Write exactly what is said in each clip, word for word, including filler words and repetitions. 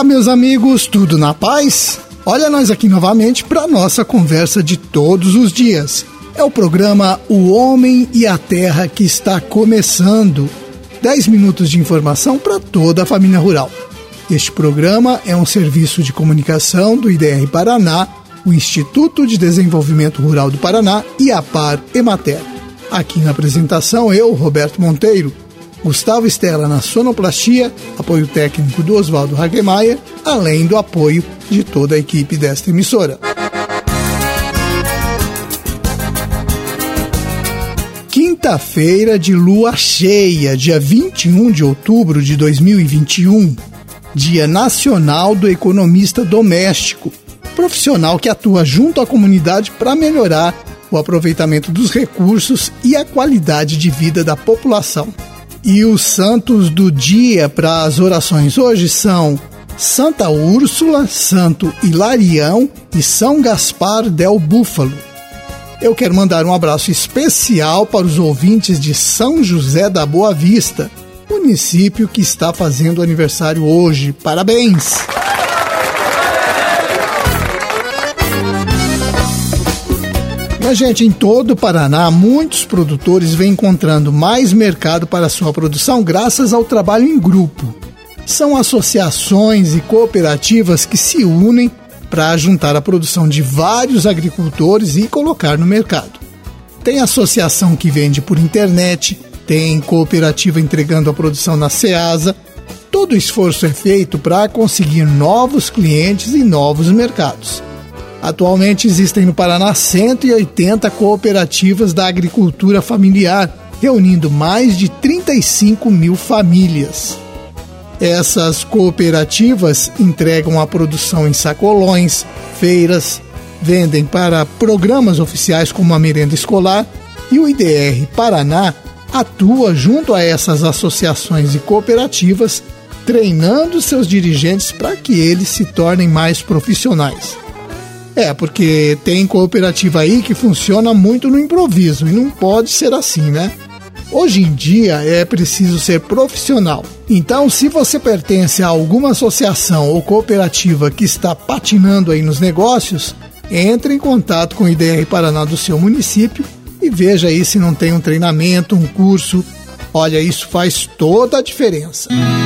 Olá, meus amigos, tudo na paz? Olha nós aqui novamente para nossa conversa de todos os dias. É o programa O Homem e a Terra que está começando. dez minutos de informação para toda a família rural. Este programa é um serviço de comunicação do I D R Paraná, o Instituto de Desenvolvimento Rural do Paraná e a Par Emater. Aqui na apresentação eu, Roberto Monteiro, Gustavo Stella na sonoplastia, apoio técnico do Oswaldo Hagemeyer, além do apoio de toda a equipe desta emissora. Quinta-feira de lua cheia, dia vinte e um de outubro de dois mil e vinte e um, Dia Nacional do Economista Doméstico, profissional que atua junto à comunidade para melhorar o aproveitamento dos recursos e a qualidade de vida da população. E os santos do dia para as orações hoje são Santa Úrsula, Santo Hilarião e São Gaspar del Búfalo. Eu quero mandar um abraço especial para os ouvintes de São José da Boa Vista, município que está fazendo aniversário hoje. Parabéns! Minha gente, em todo o Paraná, muitos produtores vêm encontrando mais mercado para sua produção graças ao trabalho em grupo. São associações e cooperativas que se unem para juntar a produção de vários agricultores e colocar no mercado. Tem associação que vende por internet, tem cooperativa entregando a produção na Ceasa. Todo o esforço é feito para conseguir novos clientes e novos mercados. Atualmente existem no Paraná cento e oitenta cooperativas da agricultura familiar, reunindo mais de trinta e cinco mil famílias. Essas cooperativas entregam a produção em sacolões, feiras, vendem para programas oficiais como a merenda escolar, e o I D R Paraná atua junto a essas associações e cooperativas, treinando seus dirigentes para que eles se tornem mais profissionais. É, porque tem cooperativa aí que funciona muito no improviso e não pode ser assim, né? Hoje em dia é preciso ser profissional. Então, se você pertence a alguma associação ou cooperativa que está patinando aí nos negócios, entre em contato com o I D R Paraná do seu município e veja aí se não tem um treinamento, um curso. Olha, isso faz toda a diferença.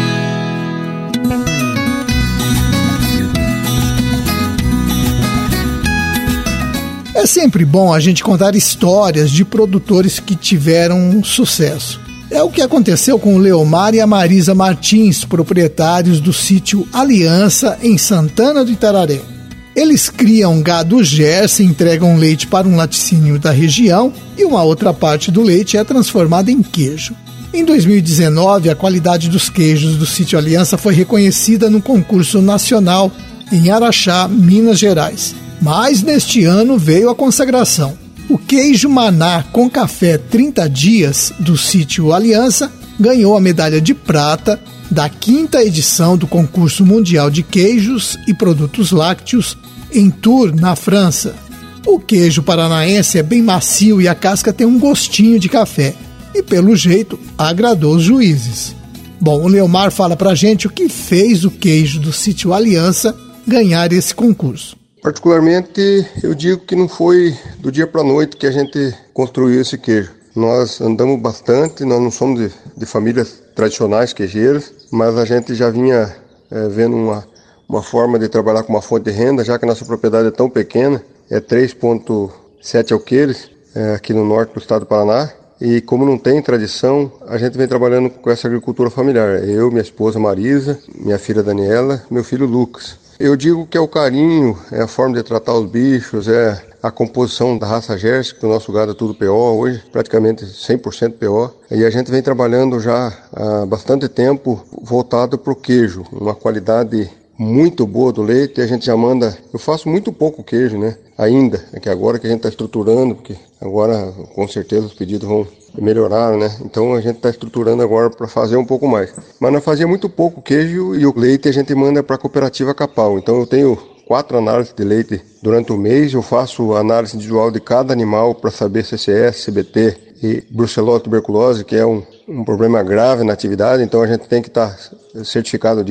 É sempre bom a gente contar histórias de produtores que tiveram sucesso. É o que aconteceu com o Leomar e a Marisa Martins, proprietários do sítio Aliança, em Santana do Itararé. Eles criam gado Jersey, entregam leite para um laticínio da região e uma outra parte do leite é transformada em queijo. Em dois mil e dezenove, a qualidade dos queijos do sítio Aliança foi reconhecida no concurso nacional em Araxá, Minas Gerais. Mas neste ano veio a consagração. O queijo Maná com café trinta dias do sítio Aliança ganhou a medalha de prata da quinta edição do concurso mundial de queijos e produtos lácteos em Tours, na França. O queijo paranaense é bem macio e a casca tem um gostinho de café. E pelo jeito agradou os juízes. Bom, o Leomar fala pra gente o que fez o queijo do sítio Aliança ganhar esse concurso. Particularmente, eu digo que não foi do dia para a noite que a gente construiu esse queijo. Nós andamos bastante, nós não somos de, de famílias tradicionais queijeiras, mas a gente já vinha é, vendo uma, uma forma de trabalhar com uma fonte de renda, já que a nossa propriedade é tão pequena, é três vírgula sete alqueires é, aqui no norte do estado do Paraná, e como não tem tradição, a gente vem trabalhando com essa agricultura familiar. Eu, minha esposa Marisa, minha filha Daniela, meu filho Lucas. Eu digo que é o carinho, é a forma de tratar os bichos, é a composição da raça Jersey, que o nosso gado é tudo P O hoje, praticamente cem por cento P O. E a gente vem trabalhando já há bastante tempo voltado para o queijo, uma qualidade muito boa do leite. A gente já manda, eu faço muito pouco queijo, né? Ainda, é que agora que a gente está estruturando, porque agora com certeza os pedidos vão melhorar, né? Então a gente está estruturando agora para fazer um pouco mais. Mas nós fazia muito pouco queijo e o leite a gente manda para a cooperativa Capal. Então eu tenho quatro análises de leite durante o mês. Eu faço análise individual de cada animal para saber C C S, C B T e brucelose tuberculose, que é um, um problema grave na atividade. Então a gente tem que estar tá certificado disso.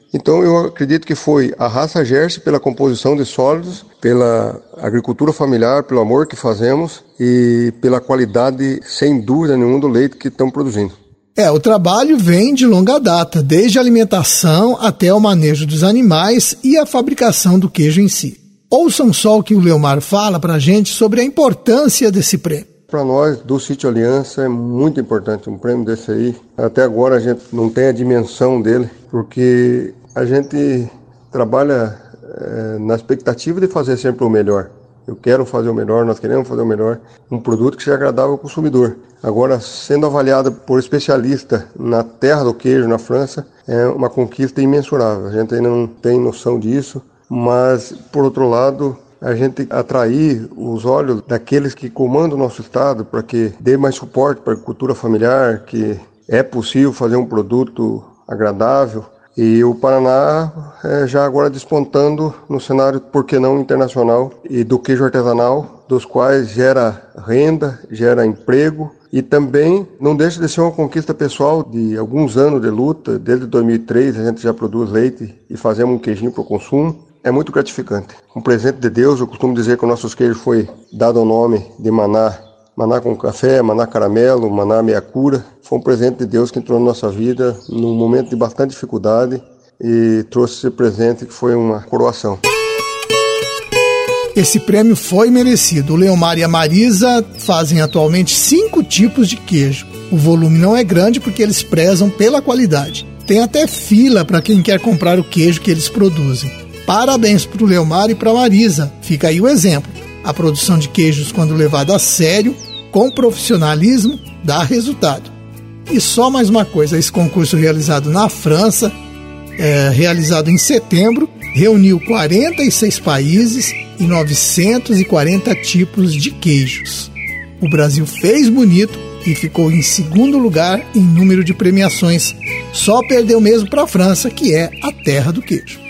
Então eu acredito que foi a raça Jersey pela composição de sólidos, pela agricultura familiar, pelo amor que fazemos e pela qualidade, sem dúvida nenhuma, do leite que estamos produzindo. É, o trabalho vem de longa data, desde a alimentação até o manejo dos animais e a fabricação do queijo em si. Ouçam só o que o Leomar fala para a gente sobre a importância desse prêmio. Para nós, do Sítio Aliança, é muito importante um prêmio desse aí. Até agora a gente não tem a dimensão dele, porque a gente trabalha é, na expectativa de fazer sempre o melhor. Eu quero fazer o melhor, nós queremos fazer o melhor, um produto que seja agradável ao consumidor. Agora, sendo avaliado por especialista na terra do queijo, na França, é uma conquista imensurável. A gente ainda não tem noção disso, mas, por outro lado, a gente atrair os olhos daqueles que comandam o nosso estado para que dê mais suporte para a agricultura familiar, que é possível fazer um produto agradável. E o Paraná é, já agora despontando no cenário, por que não, internacional e do queijo artesanal, dos quais gera renda, gera emprego e também não deixa de ser uma conquista pessoal de alguns anos de luta. Desde dois mil e três a gente já produz leite e fazemos um queijinho para o consumo. É muito gratificante. Um presente de Deus. Eu costumo dizer que o nosso queijo foi dado ao nome de Maná. Maná com café, Maná caramelo, Maná meia cura. Foi um presente de Deus que entrou na nossa vida num momento de bastante dificuldade e trouxe esse presente que foi uma coroação. Esse prêmio foi merecido. O Leomar e a Marisa fazem atualmente cinco tipos de queijo. O volume não é grande porque eles prezam pela qualidade. Tem até fila para quem quer comprar o queijo que eles produzem. Parabéns para o Leomar e para a Marisa. Fica aí o exemplo. A produção de queijos, quando levada a sério, com profissionalismo, dá resultado. E só mais uma coisa, esse concurso realizado na França, é, realizado em setembro, reuniu quarenta e seis países e novecentos e quarenta tipos de queijos. O Brasil fez bonito e ficou em segundo lugar em número de premiações. Só perdeu mesmo para a França, que é a terra do queijo.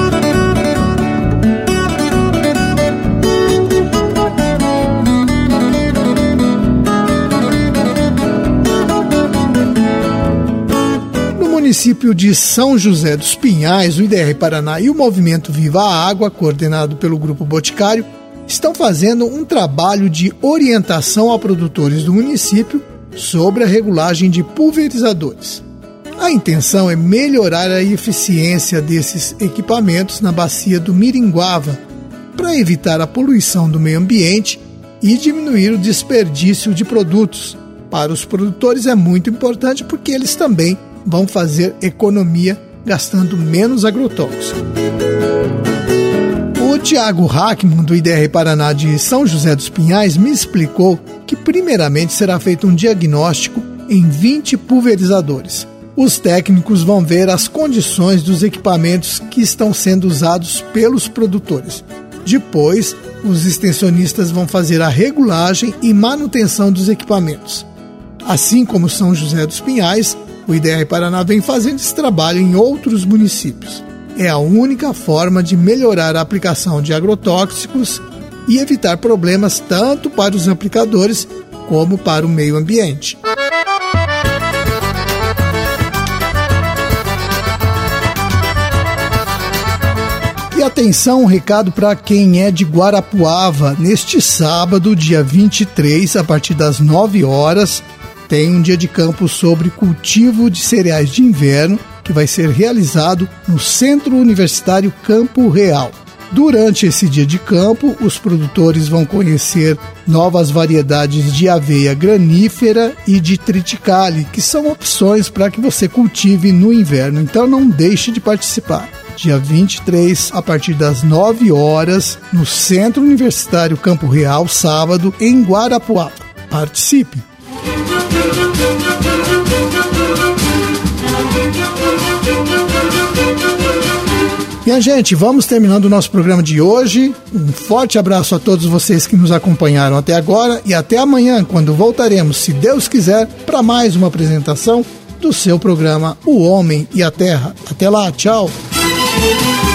No município de São José dos Pinhais, o I D R Paraná e o Movimento Viva a Água, coordenado pelo Grupo Boticário, estão fazendo um trabalho de orientação a produtores do município sobre a regulagem de pulverizadores. A intenção é melhorar a eficiência desses equipamentos na bacia do Miringuava, para evitar a poluição do meio ambiente e diminuir o desperdício de produtos. Para os produtores é muito importante porque eles também vão fazer economia gastando menos agrotóxico. O Tiago Hackman, do I D R Paraná de São José dos Pinhais, me explicou que primeiramente será feito um diagnóstico em vinte pulverizadores. Os técnicos vão ver as condições dos equipamentos que estão sendo usados pelos produtores. Depois, os extensionistas vão fazer a regulagem e manutenção dos equipamentos. Assim como São José dos Pinhais, o I D R Paraná vem fazendo esse trabalho em outros municípios. É a única forma de melhorar a aplicação de agrotóxicos e evitar problemas tanto para os aplicadores como para o meio ambiente. E atenção, um recado para quem é de Guarapuava. Neste sábado, dia vinte e três, a partir das nove horas, tem um dia de campo sobre cultivo de cereais de inverno que vai ser realizado no Centro Universitário Campo Real. Durante esse dia de campo, os produtores vão conhecer novas variedades de aveia granífera e de triticale, que são opções para que você cultive no inverno. Então não deixe de participar. Dia vinte e três, a partir das nove horas, no Centro Universitário Campo Real, sábado, em Guarapuava. Participe! Minha gente, vamos terminando o nosso programa de hoje. Um forte abraço a todos vocês que nos acompanharam até agora e até amanhã, quando voltaremos, se Deus quiser, para mais uma apresentação do seu programa O Homem e a Terra. Até lá, tchau!